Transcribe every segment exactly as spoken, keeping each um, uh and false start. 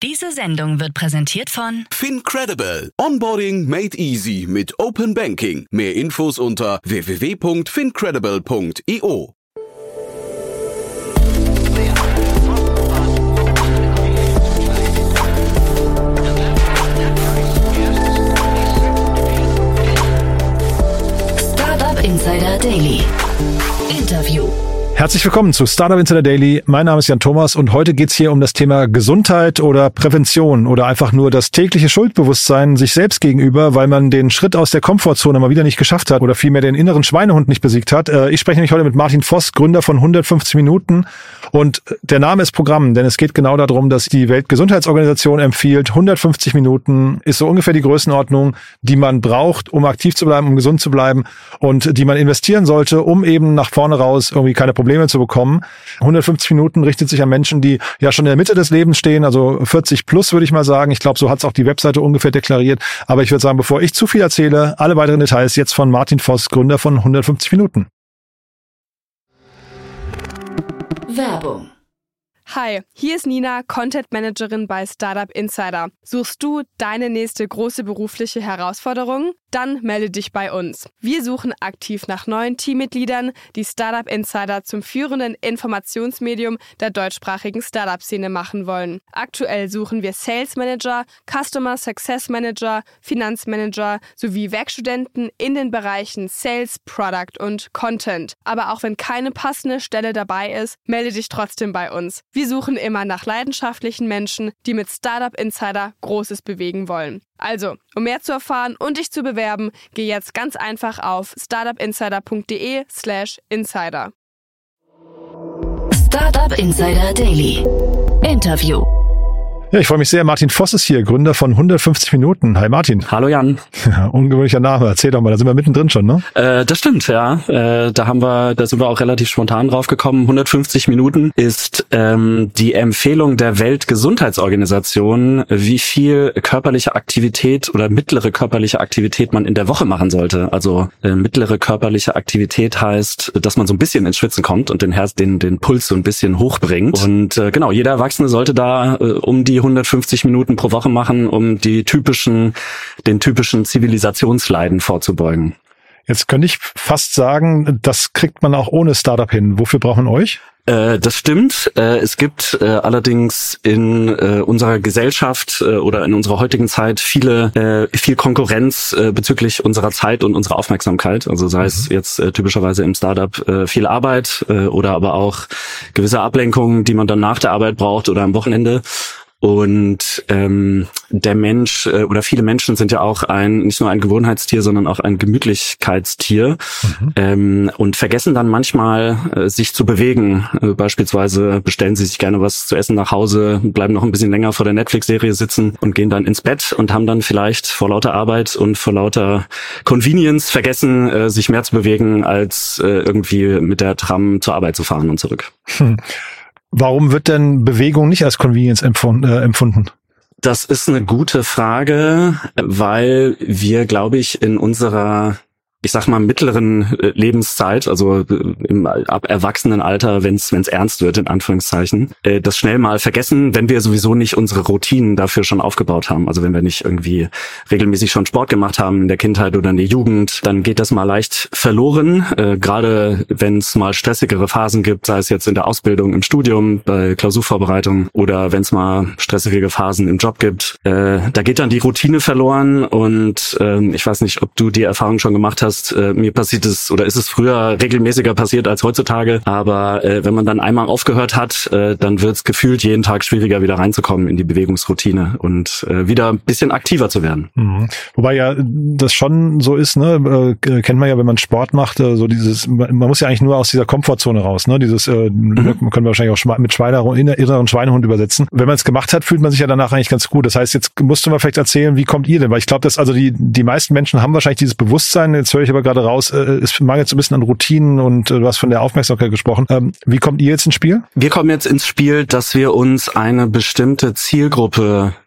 Diese Sendung wird präsentiert von FinCredible. Onboarding made easy mit Open Banking. Mehr Infos unter w w w punkt fincredible punkt i o. Startup Insider Daily. Interview. Herzlich willkommen zu Startup Insider Daily. Mein Name ist Jan Thomas und heute geht's hier um das Thema Gesundheit oder Prävention oder einfach nur das tägliche Schuldbewusstsein sich selbst gegenüber, weil man den Schritt aus der Komfortzone mal wieder nicht geschafft hat oder vielmehr den inneren Schweinehund nicht besiegt hat. Ich spreche nämlich heute mit Martin Voss, Gründer von hundertfünfzig Minuten, und der Name ist Programm, denn es geht genau darum, dass die Weltgesundheitsorganisation empfiehlt, hundertfünfzig Minuten ist so ungefähr die Größenordnung, die man braucht, um aktiv zu bleiben, um gesund zu bleiben und die man investieren sollte, um eben nach vorne raus irgendwie keine Probleme zu bekommen. hundertfünfzig Minuten richtet sich an Menschen, die ja schon in der Mitte des Lebens stehen, also vierzig plus würde ich mal sagen. Ich glaube, so hat es auch die Webseite ungefähr deklariert. Aber ich würde sagen, bevor ich zu viel erzähle, alle weiteren Details jetzt von Martin Voss, Gründer von hundertfünfzig Minuten. Werbung. Hi, hier ist Nina, Content Managerin bei Startup Insider. Suchst du deine nächste große berufliche Herausforderung? Dann melde dich bei uns. Wir suchen aktiv nach neuen Teammitgliedern, die Startup Insider zum führenden Informationsmedium der deutschsprachigen Startup-Szene machen wollen. Aktuell suchen wir Sales Manager, Customer Success Manager, Finanzmanager sowie Werkstudenten in den Bereichen Sales, Product und Content. Aber auch wenn keine passende Stelle dabei ist, melde dich trotzdem bei uns. Wir suchen immer nach leidenschaftlichen Menschen, die mit Startup Insider Großes bewegen wollen. Also, um mehr zu erfahren und dich zu bewerben, geh jetzt ganz einfach auf startupinsider.de slash insider. Startup Insider Daily. Interview. Ja, ich freue mich sehr. Martin Voss ist hier, Gründer von hundertfünfzig Minuten. Hi Martin. Hallo Jan. Ja, ungewöhnlicher Name. Erzähl doch mal, da sind wir mittendrin schon, ne? Äh, das stimmt, ja. Äh, da haben wir, da sind wir auch relativ spontan drauf gekommen. hundertfünfzig Minuten ist ähm, die Empfehlung der Weltgesundheitsorganisation, wie viel körperliche Aktivität oder mittlere körperliche Aktivität man in der Woche machen sollte. Also äh, mittlere körperliche Aktivität heißt, dass man so ein bisschen ins Schwitzen kommt und den Herz, den den Puls so ein bisschen hochbringt. Und äh, genau, jeder Erwachsene sollte da äh, um die hundertfünfzig Minuten pro Woche machen, um die typischen, den typischen Zivilisationsleiden vorzubeugen. Jetzt könnte ich fast sagen, das kriegt man auch ohne Startup hin. Wofür braucht man euch? Äh, das stimmt. Äh, es gibt äh, allerdings in äh, unserer Gesellschaft äh, oder in unserer heutigen Zeit viele, äh, viel Konkurrenz äh, bezüglich unserer Zeit und unserer Aufmerksamkeit. Also sei mhm. es jetzt äh, typischerweise im Startup äh, viel Arbeit äh, oder aber auch gewisse Ablenkungen, die man dann nach der Arbeit braucht oder am Wochenende. Und ähm, der Mensch äh, oder viele Menschen sind ja auch ein nicht nur ein Gewohnheitstier, sondern auch ein Gemütlichkeitstier mhm. ähm, und vergessen dann manchmal äh, sich zu bewegen. Äh, beispielsweise bestellen sie sich gerne was zu essen nach Hause, bleiben noch ein bisschen länger vor der Netflix-Serie sitzen und gehen dann ins Bett und haben dann vielleicht vor lauter Arbeit und vor lauter Convenience vergessen, äh, sich mehr zu bewegen, als äh, irgendwie mit der Tram zur Arbeit zu fahren und zurück. Hm. Warum wird denn Bewegung nicht als Convenience empfunden? Das ist eine gute Frage, weil wir, glaube ich, in unserer, ich sag mal, mittleren Lebenszeit, also im ab Erwachsenenalter, wenn es wenn es ernst wird, in Anführungszeichen, äh, das schnell mal vergessen, wenn wir sowieso nicht unsere Routinen dafür schon aufgebaut haben. Also wenn wir nicht irgendwie regelmäßig schon Sport gemacht haben in der Kindheit oder in der Jugend, dann geht das mal leicht verloren. Äh, gerade wenn es mal stressigere Phasen gibt, sei es jetzt in der Ausbildung, im Studium, bei Klausurvorbereitung oder wenn es mal stressigere Phasen im Job gibt, äh, da geht dann die Routine verloren. Und äh, ich weiß nicht, ob du die Erfahrung schon gemacht hast. Äh, mir passiert es oder ist es früher regelmäßiger passiert als heutzutage, aber äh, wenn man dann einmal aufgehört hat, äh, dann wird es gefühlt jeden Tag schwieriger, wieder reinzukommen in die Bewegungsroutine und äh, wieder ein bisschen aktiver zu werden. Mhm. Wobei ja das schon so ist, ne, äh, kennt man ja, wenn man Sport macht, äh, so dieses, man muss ja eigentlich nur aus dieser Komfortzone raus, ne, dieses, äh, mhm. man können wir wahrscheinlich auch Schwe- mit Schweinehund, inneren Schweinehund übersetzen. Wenn man es gemacht hat, fühlt man sich ja danach eigentlich ganz gut. Das heißt, jetzt musst du mal vielleicht erzählen, wie kommt ihr denn? Weil ich glaube, dass also die die meisten Menschen haben wahrscheinlich dieses Bewusstsein. Jetzt höre ich aber gerade raus, äh, es mangelt so ein bisschen an Routinen und äh, du hast von der Aufmerksamkeit gesprochen. Ähm, wie kommt ihr jetzt ins Spiel? Wir kommen jetzt ins Spiel, dass wir uns eine bestimmte Zielgruppe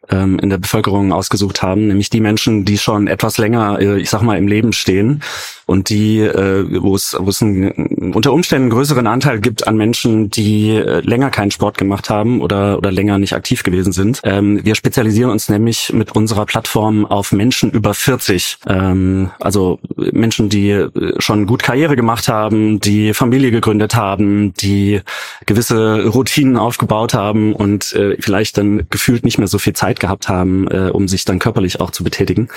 ähm, in der Bevölkerung ausgesucht haben, nämlich die Menschen, die schon etwas länger, äh, ich sag mal, im Leben stehen und die, äh, wo es, wo es einen, unter Umständen einen größeren Anteil gibt an Menschen, die äh, länger keinen Sport gemacht haben oder oder länger nicht aktiv gewesen sind. Ähm, wir spezialisieren uns nämlich mit unserer Plattform auf Menschen über vierzig, ähm, also Menschen, die schon gut Karriere gemacht haben, die Familie gegründet haben, die gewisse Routinen aufgebaut haben und äh, vielleicht dann gefühlt nicht mehr so viel Zeit gehabt haben, äh, um sich dann körperlich auch zu betätigen.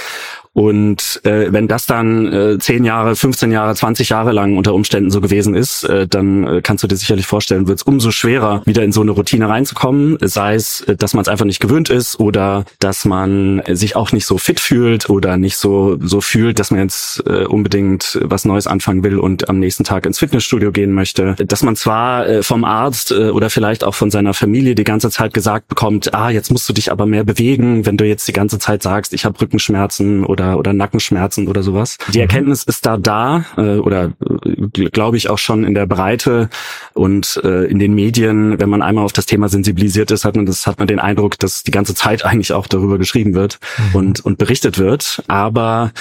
Und äh, wenn das dann äh, zehn Jahre, fünfzehn Jahre, zwanzig Jahre lang unter Umständen so gewesen ist, äh, dann äh, kannst du dir sicherlich vorstellen, wird es umso schwerer, wieder in so eine Routine reinzukommen. Sei es, äh, dass man es einfach nicht gewöhnt ist oder dass man äh, sich auch nicht so fit fühlt oder nicht so so fühlt, dass man jetzt äh, unbedingt was Neues anfangen will und am nächsten Tag ins Fitnessstudio gehen möchte. Dass man zwar äh, vom Arzt äh, oder vielleicht auch von seiner Familie die ganze Zeit gesagt bekommt, ah, jetzt musst du dich aber mehr bewegen, wenn du jetzt die ganze Zeit sagst, ich habe Rückenschmerzen oder Oder, oder Nackenschmerzen oder sowas. Die Erkenntnis ist da da äh, oder äh, glaube ich auch schon in der Breite und äh, in den Medien. Wenn man einmal auf das Thema sensibilisiert ist, hat man das hat man den Eindruck, dass die ganze Zeit eigentlich auch darüber geschrieben wird mhm. und und berichtet wird. Aber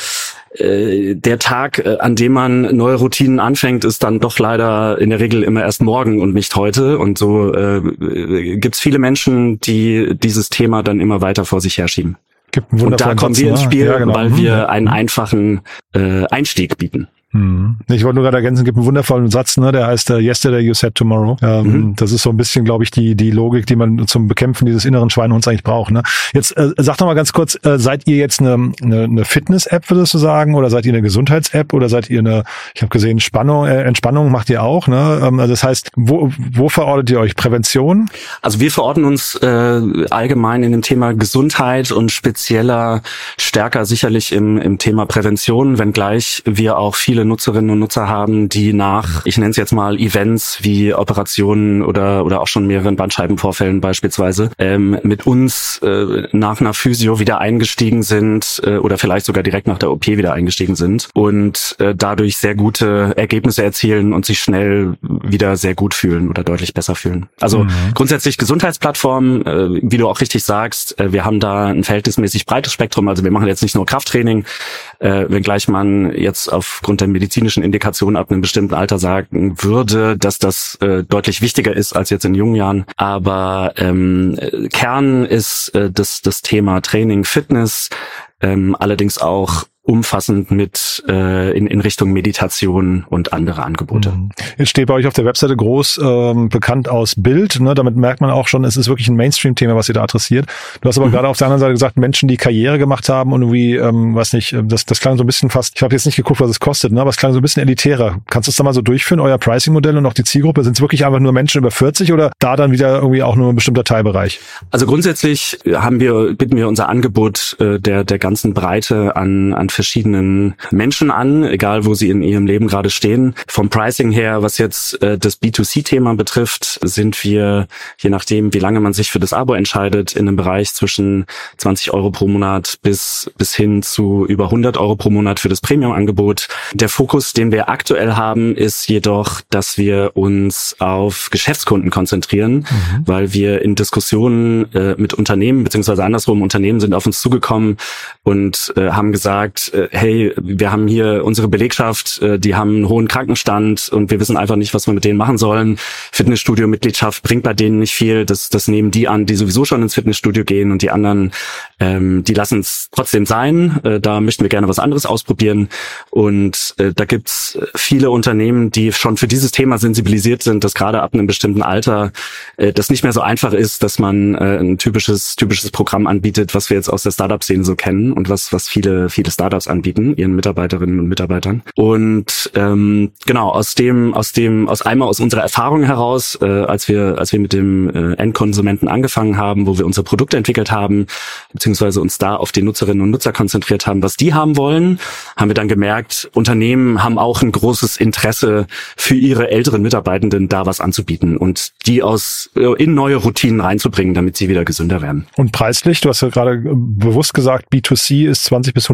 äh, der Tag, äh, an dem man neue Routinen anfängt, ist dann doch leider in der Regel immer erst morgen und nicht heute. Und so äh, gibt's viele Menschen, die dieses Thema dann immer weiter vor sich herschieben. Gibt einen und da kommen wir ins Spiel, ja, genau. weil wir einen einfachen äh, Einstieg bieten. Hm. Ich wollte nur gerade ergänzen, es gibt einen wundervollen Satz, ne, der heißt uh, Yesterday you said tomorrow. Ähm, mhm. Das ist so ein bisschen, glaube ich, die die Logik, die man zum Bekämpfen dieses inneren Schweinehunds eigentlich braucht. Ne? Jetzt äh, sag doch mal ganz kurz, äh, seid ihr jetzt eine, eine, eine Fitness-App, würdest du sagen, oder seid ihr eine Gesundheits-App oder seid ihr eine, ich habe gesehen, Spannung, äh, Entspannung macht ihr auch, ne? Ähm, also das heißt, wo wo verortet ihr euch? Prävention? Also wir verorten uns äh, allgemein in dem Thema Gesundheit und spezieller stärker sicherlich im im Thema Prävention, wenngleich wir auch viele Nutzerinnen und Nutzer haben, die nach, ich nenne es jetzt mal Events wie Operationen oder oder auch schon mehreren Bandscheibenvorfällen beispielsweise, ähm, mit uns äh, nach einer Physio wieder eingestiegen sind äh, oder vielleicht sogar direkt nach der O P wieder eingestiegen sind und äh, dadurch sehr gute Ergebnisse erzielen und sich schnell wieder sehr gut fühlen oder deutlich besser fühlen. Also mhm. grundsätzlich Gesundheitsplattform, äh, wie du auch richtig sagst, äh, wir haben da ein verhältnismäßig breites Spektrum, also wir machen jetzt nicht nur Krafttraining, äh, wenngleich man jetzt aufgrund der medizinischen Indikation ab einem bestimmten Alter sagen würde, dass das äh, deutlich wichtiger ist als jetzt in jungen Jahren. Aber ähm, Kern ist äh, das, das Thema Training, Fitness, ähm, allerdings auch umfassend mit äh, in, in Richtung Meditation und andere Angebote. Jetzt steht bei euch auf der Webseite groß ähm, bekannt aus Bild. Ne? Damit merkt man auch schon, es ist wirklich ein Mainstream-Thema, was ihr da adressiert. Du hast aber mhm. gerade auf der anderen Seite gesagt, Menschen, die Karriere gemacht haben und irgendwie, ähm, weiß nicht, das, das klang so ein bisschen fast, ich habe jetzt nicht geguckt, was es kostet, ne? Aber es klang so ein bisschen elitärer. Kannst du es da mal so durchführen, euer Pricing-Modell und auch die Zielgruppe? Sind es wirklich einfach nur Menschen über vierzig oder da dann wieder irgendwie auch nur ein bestimmter Teilbereich? Also grundsätzlich haben wir, bieten wir unser Angebot äh, der der ganzen Breite an an verschiedenen Menschen an, egal wo sie in ihrem Leben gerade stehen. Vom Pricing her, was jetzt äh, das B zwei C-Thema betrifft, sind wir, je nachdem, wie lange man sich für das Abo entscheidet, in einem Bereich zwischen zwanzig Euro pro Monat bis bis hin zu über hundert Euro pro Monat für das Premium-Angebot. Der Fokus, den wir aktuell haben, ist jedoch, dass wir uns auf Geschäftskunden konzentrieren, mhm. weil wir in Diskussionen äh, mit Unternehmen, beziehungsweise andersrum, Unternehmen sind auf uns zugekommen und äh, haben gesagt, hey, wir haben hier unsere Belegschaft, die haben einen hohen Krankenstand und wir wissen einfach nicht, was wir mit denen machen sollen. Fitnessstudio-Mitgliedschaft bringt bei denen nicht viel. Das, das nehmen die an, die sowieso schon ins Fitnessstudio gehen und die anderen, ähm, die lassen es trotzdem sein. Äh, da möchten wir gerne was anderes ausprobieren. Und äh, da gibt's viele Unternehmen, die schon für dieses Thema sensibilisiert sind, dass gerade ab einem bestimmten Alter äh, das nicht mehr so einfach ist, dass man äh, ein typisches typisches Programm anbietet, was wir jetzt aus der Startup-Szene so kennen und was was viele viele Startups anbieten, ihren Mitarbeiterinnen und Mitarbeitern. Und ähm, genau, aus dem, aus dem, aus einmal aus unserer Erfahrung heraus, äh, als wir, als wir mit dem äh, Endkonsumenten angefangen haben, wo wir unser Produkt entwickelt haben, beziehungsweise uns da auf die Nutzerinnen und Nutzer konzentriert haben, was die haben wollen, haben wir dann gemerkt, Unternehmen haben auch ein großes Interesse für ihre älteren Mitarbeitenden da was anzubieten und die aus in neue Routinen reinzubringen, damit sie wieder gesünder werden. Und preislich, du hast ja gerade bewusst gesagt, B zwei C ist zwanzig bis hundert Euro.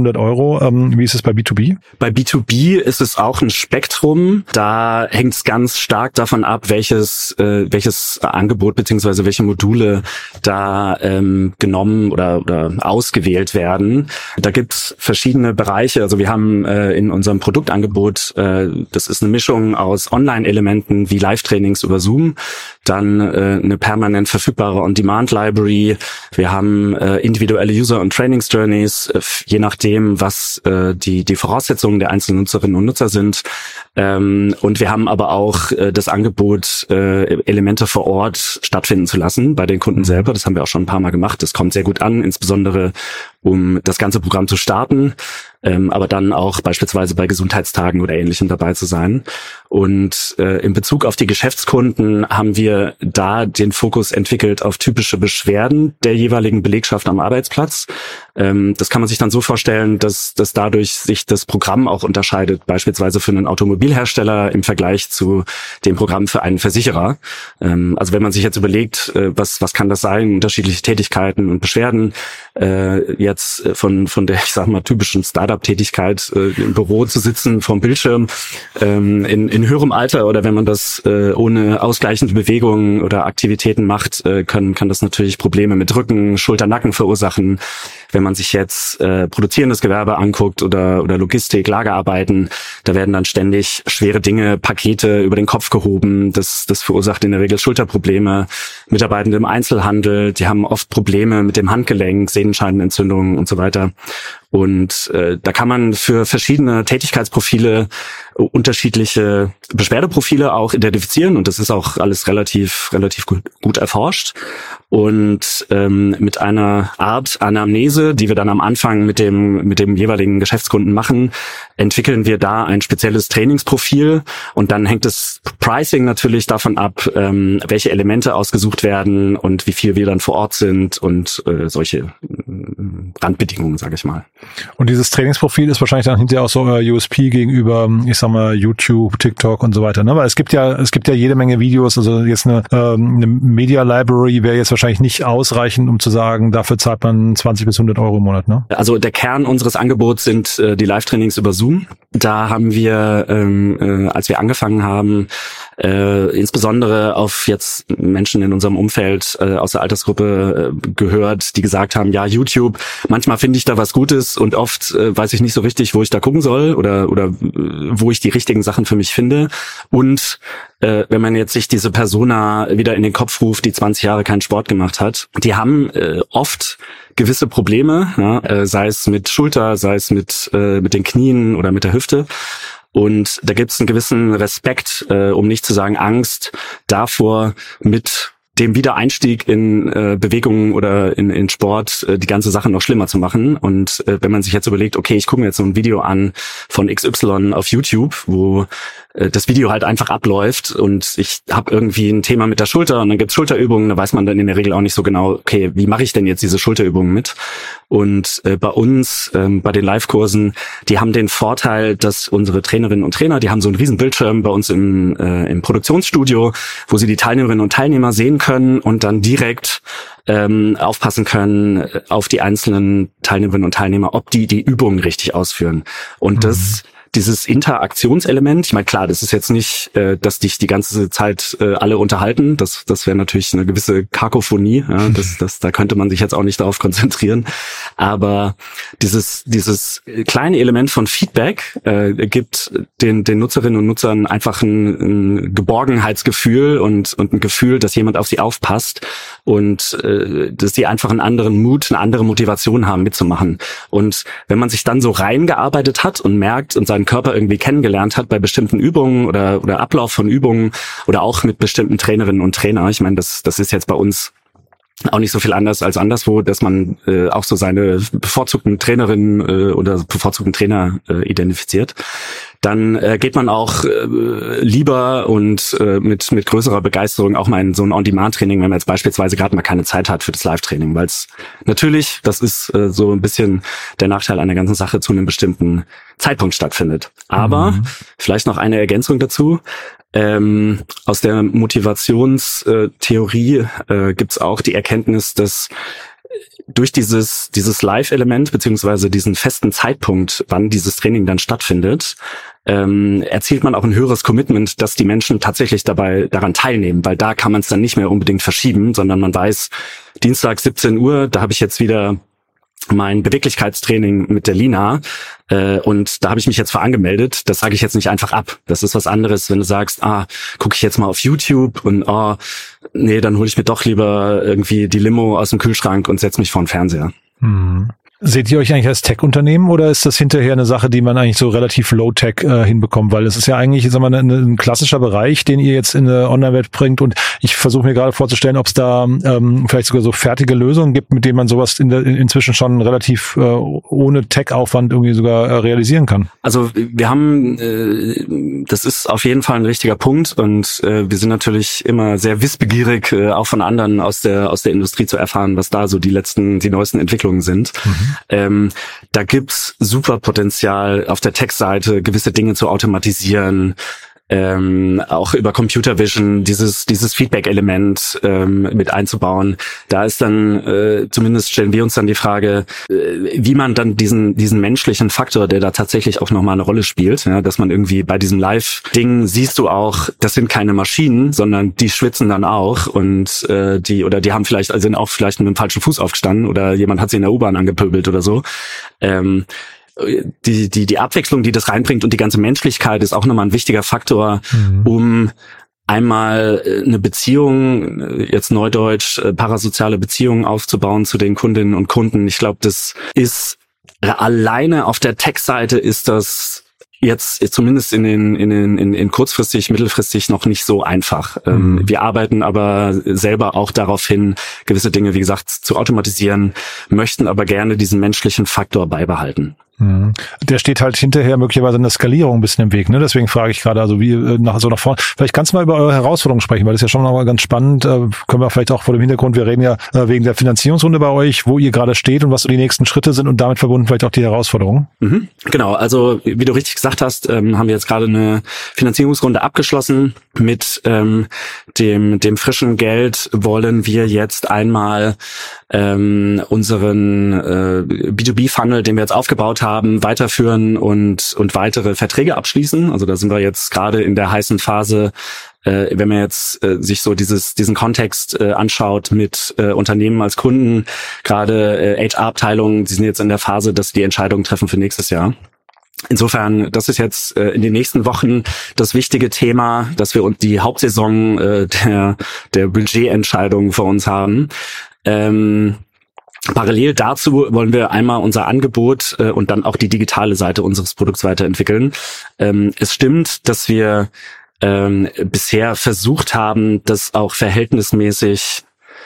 Euro. Ähm, wie ist es bei B zwei B? Bei B zwei B ist es auch ein Spektrum. Da hängt es ganz stark davon ab, welches äh, welches Angebot beziehungsweise welche Module da ähm, genommen oder oder ausgewählt werden. Da gibt's verschiedene Bereiche. Also wir haben äh, in unserem Produktangebot, äh, das ist eine Mischung aus Online-Elementen wie Live-Trainings über Zoom, dann äh, eine permanent verfügbare On-Demand-Library. Wir haben äh, individuelle User- und Trainings-Journeys, äh, je nachdem, was äh, die die Voraussetzungen der einzelnen Nutzerinnen und Nutzer sind. Ähm, und wir haben aber auch äh, das Angebot, äh, Elemente vor Ort stattfinden zu lassen bei den Kunden selber. Das haben wir auch schon ein paar Mal gemacht. Das kommt sehr gut an, insbesondere um das ganze Programm zu starten, ähm, aber dann auch beispielsweise bei Gesundheitstagen oder Ähnlichem dabei zu sein. Und äh, in Bezug auf die Geschäftskunden haben wir da den Fokus entwickelt auf typische Beschwerden der jeweiligen Belegschaft am Arbeitsplatz. Ähm, das kann man sich dann so vorstellen, dass, dass dadurch sich das Programm auch unterscheidet, beispielsweise für einen Automobilhersteller im Vergleich zu dem Programm für einen Versicherer. Ähm, also wenn man sich jetzt überlegt, äh, was, was kann das sein, unterschiedliche Tätigkeiten und Beschwerden, äh, jetzt von von der, ich sag mal, typischen Startup-Tätigkeit, äh, im Büro zu sitzen, vorm Bildschirm, ähm, in, in höherem Alter oder wenn man das äh, ohne ausgleichende Bewegungen oder Aktivitäten macht, äh, können, kann das natürlich Probleme mit Rücken, Schulter, Nacken verursachen. Wenn man sich jetzt äh, produzierendes Gewerbe anguckt oder oder Logistik, Lagerarbeiten, da werden dann ständig schwere Dinge, Pakete über den Kopf gehoben. Das das verursacht in der Regel Schulterprobleme. Mitarbeitende im Einzelhandel, die haben oft Probleme mit dem Handgelenk, Sehnenscheidenentzündungen und so weiter. Und äh, da kann man für verschiedene Tätigkeitsprofile äh, unterschiedliche Beschwerdeprofile auch identifizieren und das ist auch alles relativ relativ gut, gut erforscht. Und ähm, mit einer Art Anamnese, die wir dann am Anfang mit dem mit dem jeweiligen Geschäftskunden machen, entwickeln wir da ein spezielles Trainingsprofil und dann hängt das Pricing natürlich davon ab, ähm, welche Elemente ausgesucht werden und wie viel wir dann vor Ort sind und äh, solche äh, Randbedingungen, sage ich mal. Und dieses Trainingsprofil ist wahrscheinlich dann hinterher auch so euer U S P gegenüber, ich sag mal, YouTube, TikTok und so weiter, ne? Weil es gibt ja, es gibt ja jede Menge Videos, also jetzt eine, ähm, eine Media Library wäre jetzt wahrscheinlich nicht ausreichend, um zu sagen, dafür zahlt man zwanzig bis hundert Euro im Monat, ne? Also der Kern unseres Angebots sind äh, die Live-Trainings über Zoom. Da haben wir, ähm, äh, als wir angefangen haben, äh, insbesondere auf jetzt Menschen in unserem Umfeld äh, aus der Altersgruppe äh, gehört, die gesagt haben, ja, YouTube, manchmal finde ich da was Gutes und oft äh, weiß ich nicht so richtig, wo ich da gucken soll oder oder äh, wo ich die richtigen Sachen für mich finde. Und äh, wenn man jetzt sich diese Persona wieder in den Kopf ruft, die zwanzig Jahre keinen Sport gemacht hat, die haben äh, oft gewisse Probleme, ja, äh, sei es mit Schulter, sei es mit äh, mit den Knien oder mit der Hüfte. Und da gibt es einen gewissen Respekt, äh, um nicht zu sagen Angst, davor mit dem Wiedereinstieg in äh, Bewegungen oder in, in Sport äh, die ganze Sache noch schlimmer zu machen. Und äh, wenn man sich jetzt überlegt, okay, ich gucke mir jetzt so ein Video an von X Y auf YouTube, wo äh, das Video halt einfach abläuft und ich habe irgendwie ein Thema mit der Schulter und dann gibt's Schulterübungen, da weiß man dann in der Regel auch nicht so genau, okay, wie mache ich denn jetzt diese Schulterübungen mit? Und äh, bei uns, ähm, bei den Live-Kursen, die haben den Vorteil, dass unsere Trainerinnen und Trainer, die haben so einen riesen Bildschirm bei uns im, äh, im Produktionsstudio, wo sie die Teilnehmerinnen und Teilnehmer sehen können und dann direkt ähm, aufpassen können auf die einzelnen Teilnehmerinnen und Teilnehmer, ob die die Übungen richtig ausführen. Und mhm. das dieses Interaktionselement, ich meine, klar, das ist jetzt nicht, äh, dass dich die ganze Zeit äh, alle unterhalten, das das wäre natürlich eine gewisse Kakophonie, ja, das, das, da könnte man sich jetzt auch nicht darauf konzentrieren, aber dieses dieses kleine Element von Feedback äh, gibt den den Nutzerinnen und Nutzern einfach ein, ein Geborgenheitsgefühl und und ein Gefühl, dass jemand auf sie aufpasst und äh, dass sie einfach einen anderen Mut, eine andere Motivation haben mitzumachen. Und wenn man sich dann so reingearbeitet hat und merkt und seinen Körper irgendwie kennengelernt hat bei bestimmten Übungen oder oder Ablauf von Übungen oder auch mit bestimmten Trainerinnen und Trainer. Ich meine, das das ist jetzt bei uns auch nicht so viel anders als anderswo, dass man äh, auch so seine bevorzugten Trainerinnen äh, oder bevorzugten Trainer äh, identifiziert. Dann äh, geht man auch äh, lieber und äh, mit mit größerer Begeisterung auch mal in so ein On-Demand-Training, wenn man jetzt beispielsweise gerade mal keine Zeit hat für das Live-Training, weil es natürlich, das ist äh, so ein bisschen der Nachteil an der ganzen Sache, zu einem bestimmten Zeitpunkt stattfindet. Aber mhm. vielleicht noch eine Ergänzung dazu. Ähm, aus der Motivationstheorie äh, gibt's auch die Erkenntnis, dass durch dieses dieses Live-Element beziehungsweise diesen festen Zeitpunkt, wann dieses Training dann stattfindet, ähm, erzielt man auch ein höheres Commitment, dass die Menschen tatsächlich dabei daran teilnehmen, weil da kann man es dann nicht mehr unbedingt verschieben, sondern man weiß, Dienstag siebzehn Uhr, da habe ich jetzt wieder mein Beweglichkeitstraining mit der Lina äh, und da habe ich mich jetzt für angemeldet. Das sage ich jetzt nicht einfach ab. Das ist was anderes, wenn du sagst, ah, gucke ich jetzt mal auf YouTube und oh, nee, dann hole ich mir doch lieber irgendwie die Limo aus dem Kühlschrank und setze mich vor den Fernseher. Hm. Seht ihr euch eigentlich als Tech-Unternehmen oder ist das hinterher eine Sache, die man eigentlich so relativ low-tech äh, hinbekommt? Weil es ist ja eigentlich, sagen wir mal, ein, ein klassischer Bereich, den ihr jetzt in eine Online-Welt bringt und ich versuche mir gerade vorzustellen, ob es da ähm, vielleicht sogar so fertige Lösungen gibt, mit denen man sowas in der, in, inzwischen schon relativ äh, ohne Tech-Aufwand irgendwie sogar äh, realisieren kann. Also wir haben, äh, das ist auf jeden Fall ein richtiger Punkt und äh, wir sind natürlich immer sehr wissbegierig, äh, auch von anderen aus der aus der Industrie zu erfahren, was da so die letzten, die neuesten Entwicklungen sind. Mhm. Ähm, da gibt's super Potenzial auf der Tech-Seite, gewisse Dinge zu automatisieren, ähm, auch über Computer Vision dieses dieses Feedback-Element ähm, mit einzubauen. Da ist dann, äh, zumindest stellen wir uns dann die Frage, äh, wie man dann diesen diesen menschlichen Faktor, der da tatsächlich auch nochmal eine Rolle spielt, ja, dass man irgendwie bei diesem Live-Ding siehst du auch, das sind keine Maschinen, sondern die schwitzen dann auch und äh, die oder die haben vielleicht, also sind auch vielleicht mit dem falschen Fuß aufgestanden oder jemand hat sie in der U-Bahn angepöbelt oder so. Ähm, Die, die, die Abwechslung, die das reinbringt und die ganze Menschlichkeit ist auch nochmal ein wichtiger Faktor, mhm. um einmal eine Beziehung, jetzt neudeutsch, parasoziale Beziehungen aufzubauen zu den Kundinnen und Kunden. Ich glaube, das ist alleine auf der Tech-Seite ist das jetzt zumindest in den in den in, in kurzfristig, mittelfristig noch nicht so einfach. Mhm. Ähm, wir arbeiten aber selber auch darauf hin, gewisse Dinge, wie gesagt, zu automatisieren, möchten aber gerne diesen menschlichen Faktor beibehalten. Der steht halt hinterher möglicherweise in der Skalierung ein bisschen im Weg, ne? Deswegen frage ich gerade, also wie nach so nach vorne. Vielleicht kannst du mal über eure Herausforderungen sprechen, weil das ist ja schon mal ganz spannend. Äh, können wir vielleicht auch vor dem Hintergrund, wir reden ja äh, wegen der Finanzierungsrunde bei euch, wo ihr gerade steht und was so die nächsten Schritte sind und damit verbunden vielleicht auch die Herausforderungen. Mhm, genau, also wie du richtig gesagt hast, ähm, haben wir jetzt gerade eine Finanzierungsrunde abgeschlossen. Mit ähm, dem dem frischen Geld wollen wir jetzt einmal ähm, unseren äh, B zwei B-Funnel, den wir jetzt aufgebaut haben, weiterführen und und weitere Verträge abschließen. Also da sind wir jetzt gerade in der heißen Phase, äh, wenn man jetzt äh, sich so dieses diesen Kontext äh, anschaut mit äh, Unternehmen als Kunden, gerade äh, H R-Abteilungen, die sind jetzt in der Phase, dass sie die Entscheidungen treffen für nächstes Jahr. Insofern, das ist jetzt äh, in den nächsten Wochen das wichtige Thema, dass wir uns die Hauptsaison äh, der der Budgetentscheidungen vor uns haben. Ähm, Parallel dazu wollen wir einmal unser Angebot äh, und dann auch die digitale Seite unseres Produkts weiterentwickeln. Ähm, es stimmt, dass wir ähm, bisher versucht haben, das auch verhältnismäßig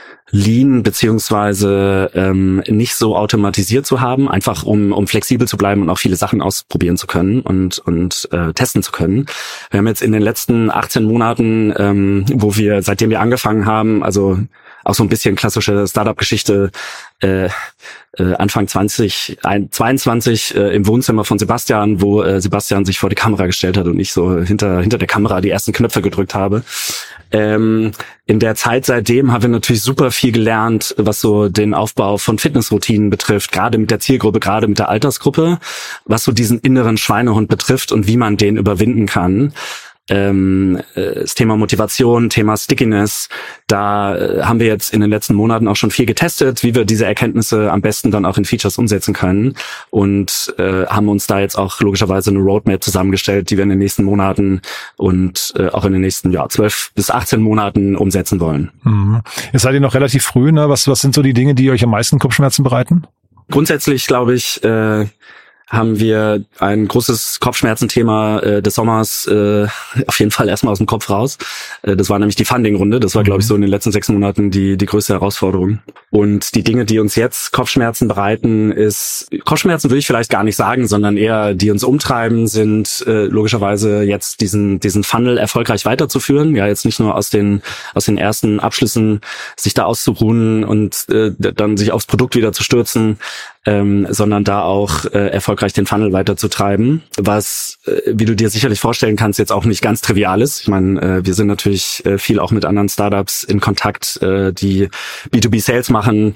lean beziehungsweise ähm, nicht so automatisiert zu haben, einfach um um flexibel zu bleiben und auch viele Sachen ausprobieren zu können und und äh, testen zu können. Wir haben jetzt in den letzten achtzehn Monaten, ähm, wo wir, seitdem wir angefangen haben, also auch so ein bisschen klassische Startup-Geschichte, äh, äh, Anfang zwanzig zweiundzwanzig äh, im Wohnzimmer von Sebastian, wo äh, Sebastian sich vor die Kamera gestellt hat und ich so hinter hinter der Kamera die ersten Knöpfe gedrückt habe. Ähm, in der Zeit seitdem haben wir natürlich super viel gelernt, was so den Aufbau von Fitnessroutinen betrifft, gerade mit der Zielgruppe, gerade mit der Altersgruppe, was so diesen inneren Schweinehund betrifft und wie man den überwinden kann. Ähm, das Thema Motivation, Thema Stickiness, da äh, haben wir jetzt in den letzten Monaten auch schon viel getestet, wie wir diese Erkenntnisse am besten dann auch in Features umsetzen können und äh, haben uns da jetzt auch logischerweise eine Roadmap zusammengestellt, die wir in den nächsten Monaten und äh, auch in den nächsten ja zwölf bis achtzehn Monaten umsetzen wollen. Mhm. Jetzt seid ihr noch relativ früh, ne? Was, was sind so die Dinge, die euch am meisten Kopfschmerzen bereiten? Grundsätzlich glaube ich, äh, haben wir ein großes Kopfschmerzenthema äh, des Sommers äh, auf jeden Fall erstmal aus dem Kopf raus. Äh, das war nämlich die Funding-Runde. Das war, glaube ich, so in den letzten sechs Monaten die die größte Herausforderung. Und die Dinge, die uns jetzt Kopfschmerzen bereiten, ist, Kopfschmerzen würde ich vielleicht gar nicht sagen, sondern eher, die uns umtreiben, sind äh, logischerweise jetzt diesen diesen Funnel erfolgreich weiterzuführen. Ja, jetzt nicht nur aus den aus den ersten Abschlüssen sich da auszuruhen und äh, dann sich aufs Produkt wieder zu stürzen, ähm, sondern da auch äh, erfolgreich den Funnel weiterzutreiben, was, äh, wie du dir sicherlich vorstellen kannst, jetzt auch nicht ganz trivial ist. Ich meine, äh, wir sind natürlich äh, viel auch mit anderen Startups in Kontakt, äh, die B zwei B Sales machen.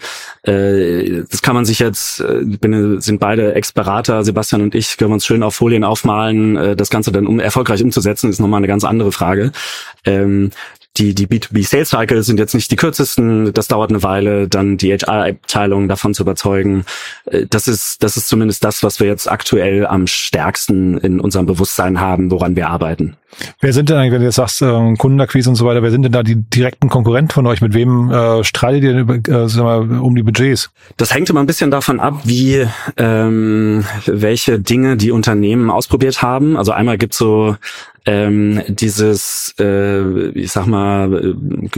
Äh, das kann man sich jetzt, äh, bin, sind beide Ex-Berater, Sebastian und ich, können wir uns schön auf Folien aufmalen. Äh, das Ganze dann um erfolgreich umzusetzen, ist nochmal eine ganz andere Frage. Ähm, Die, die B zwei B Sales Cycle sind jetzt nicht die kürzesten. Das dauert eine Weile, dann die H R-Abteilung davon zu überzeugen. Das ist, das ist zumindest das, was wir jetzt aktuell am stärksten in unserem Bewusstsein haben, woran wir arbeiten. Wer sind denn eigentlich, wenn du jetzt sagst, äh, Kundenakquise und so weiter, wer sind denn da die direkten Konkurrenten von euch? Mit wem äh, streitet ihr äh, sag mal, um die Budgets? Das hängt immer ein bisschen davon ab, wie ähm, welche Dinge die Unternehmen ausprobiert haben. Also einmal gibt's so ähm, dieses, äh, ich sag mal,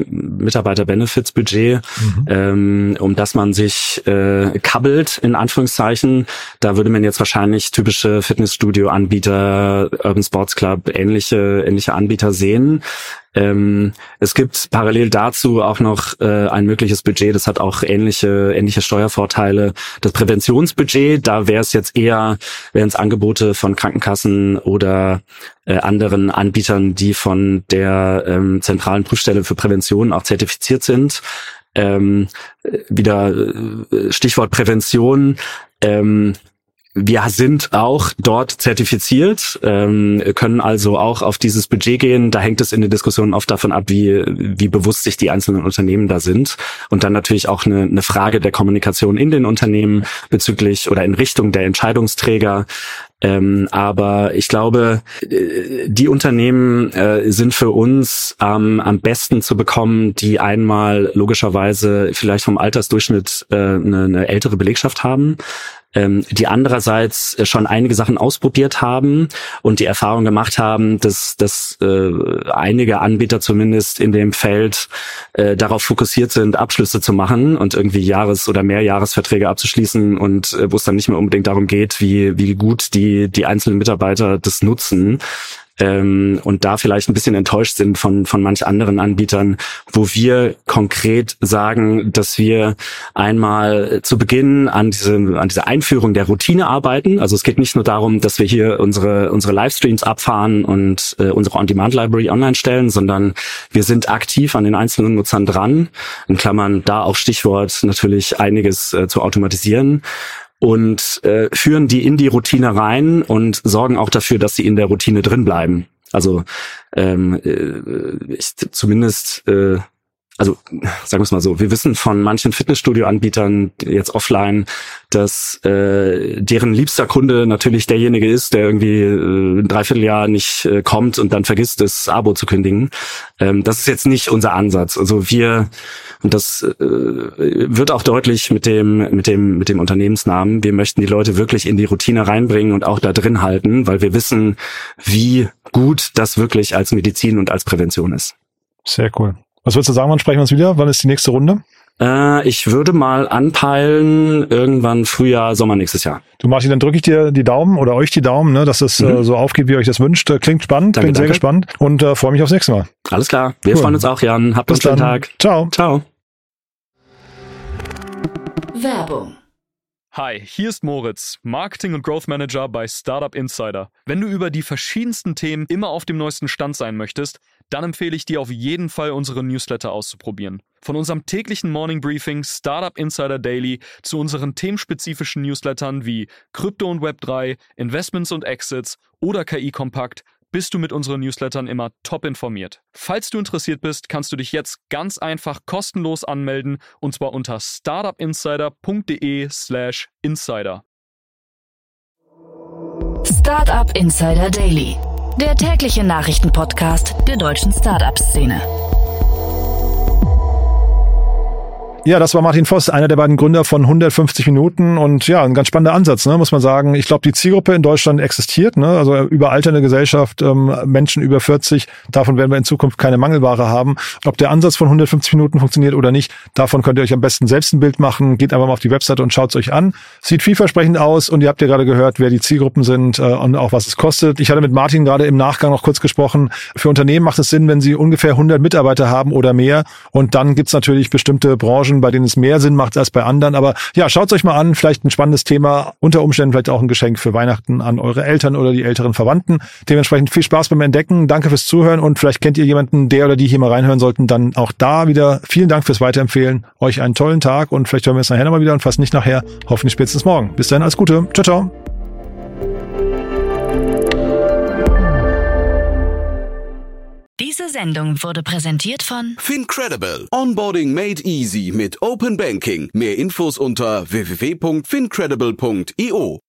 Mitarbeiter-Benefits-Budget, mhm. ähm, um das man sich äh, kabbelt, in Anführungszeichen. Da würde man jetzt wahrscheinlich typische Fitnessstudio-Anbieter, Urban Sports Club, ähnliche ähnliche Anbieter sehen. Ähm, es gibt parallel dazu auch noch äh, ein mögliches Budget, das hat auch ähnliche ähnliche Steuervorteile. Das Präventionsbudget, da wäre es jetzt eher, wären es Angebote von Krankenkassen oder äh, anderen Anbietern, die von der ähm, zentralen Prüfstelle für Prävention auch zertifiziert sind. Ähm, wieder äh, Stichwort Prävention. Ähm, Wir sind auch dort zertifiziert, ähm, können also auch auf dieses Budget gehen. Da hängt es in den Diskussionen oft davon ab, wie wie bewusst sich die einzelnen Unternehmen da sind. Und dann natürlich auch eine, eine Frage der Kommunikation in den Unternehmen bezüglich oder in Richtung der Entscheidungsträger. Ähm, aber ich glaube, die Unternehmen äh, sind für uns ähm, am besten zu bekommen, die einmal logischerweise vielleicht vom Altersdurchschnitt äh, eine, eine ältere Belegschaft haben, ähm, die andererseits schon einige Sachen ausprobiert haben und die Erfahrung gemacht haben, dass, dass äh, einige Anbieter zumindest in dem Feld äh, darauf fokussiert sind, Abschlüsse zu machen und irgendwie Jahres- oder Mehrjahresverträge abzuschließen und äh, wo es dann nicht mehr unbedingt darum geht, wie, wie gut die die einzelnen Mitarbeiter das nutzen. Ähm, und da vielleicht ein bisschen enttäuscht sind von von manch anderen Anbietern, wo wir konkret sagen, dass wir einmal zu Beginn an diese an dieser Einführung der Routine arbeiten. Also es geht nicht nur darum, dass wir hier unsere unsere Livestreams abfahren und äh, unsere On-Demand-Library online stellen, sondern wir sind aktiv an den einzelnen Nutzern dran. In Klammern da auch Stichwort natürlich einiges äh, zu automatisieren. Und äh, führen die in die Routine rein und sorgen auch dafür, dass sie in der Routine drin bleiben. Also ähm, äh, ich zumindest, äh, also sagen wir es mal so, wir wissen von manchen Fitnessstudio-Anbietern jetzt offline, dass äh, deren liebster Kunde natürlich derjenige ist, der irgendwie äh, ein Dreivierteljahr nicht äh, kommt und dann vergisst, das Abo zu kündigen. Ähm, das ist jetzt nicht unser Ansatz. Also wir, und das äh, wird auch deutlich mit dem mit dem mit dem Unternehmensnamen, wir möchten die Leute wirklich in die Routine reinbringen und auch da drin halten, weil wir wissen, wie gut das wirklich als Medizin und als Prävention ist. Sehr cool. Was würdest du sagen, wann sprechen wir uns wieder? Wann ist die nächste Runde? Äh, ich würde mal anpeilen, irgendwann Frühjahr, Sommer nächstes Jahr. Du, Martin, dann drücke ich dir die Daumen oder euch die Daumen, ne, dass es mhm. äh, so aufgeht, wie ihr euch das wünscht. Klingt spannend, danke, bin sehr danke. gespannt und äh, freue mich aufs nächste Mal. Alles klar, wir cool. freuen uns auch, Jan. Habt einen schönen Tag. Ciao. Ciao. Werbung. Hi, hier ist Moritz, Marketing- und Growth Manager bei Startup Insider. Wenn du über die verschiedensten Themen immer auf dem neuesten Stand sein möchtest, dann empfehle ich dir auf jeden Fall, unsere Newsletter auszuprobieren. Von unserem täglichen Morning Briefing Startup Insider Daily zu unseren themenspezifischen Newslettern wie Krypto und Web drei, Investments und Exits oder K I-Kompakt, bist du mit unseren Newslettern immer top informiert. Falls du interessiert bist, kannst du dich jetzt ganz einfach kostenlos anmelden und zwar unter startupinsider.de slash insider. Startup Insider Daily, der tägliche Nachrichtenpodcast der deutschen Startup-Szene. Ja, das war Martin Voss, einer der beiden Gründer von hundertfünfzig Minuten und ja, ein ganz spannender Ansatz, ne, muss man sagen. Ich glaube, die Zielgruppe in Deutschland existiert, ne, also überalternde Gesellschaft, ähm, Menschen über vierzig, davon werden wir in Zukunft keine Mangelware haben. Ob der Ansatz von hundertfünfzig Minuten funktioniert oder nicht, davon könnt ihr euch am besten selbst ein Bild machen. Geht einfach mal auf die Webseite und schaut es euch an. Sieht vielversprechend aus und ihr habt ja gerade gehört, wer die Zielgruppen sind äh, und auch was es kostet. Ich hatte mit Martin gerade im Nachgang noch kurz gesprochen. Für Unternehmen macht es Sinn, wenn sie ungefähr hundert Mitarbeiter haben oder mehr und dann gibt's natürlich bestimmte Branchen, Branchen, bei denen es mehr Sinn macht als bei anderen. Aber ja, schaut's euch mal an. Vielleicht ein spannendes Thema. Unter Umständen vielleicht auch ein Geschenk für Weihnachten an eure Eltern oder die älteren Verwandten. Dementsprechend viel Spaß beim Entdecken. Danke fürs Zuhören und vielleicht kennt ihr jemanden, der oder die hier mal reinhören sollten. Dann auch da wieder vielen Dank fürs Weiterempfehlen. Euch einen tollen Tag und vielleicht hören wir uns nachher nochmal wieder und fast nicht nachher. Hoffentlich spätestens morgen. Bis dahin, alles Gute. Ciao, ciao. Diese Sendung wurde präsentiert von FinCredible. Onboarding made easy mit Open Banking. Mehr Infos unter w w w punkt fincredible punkt i o.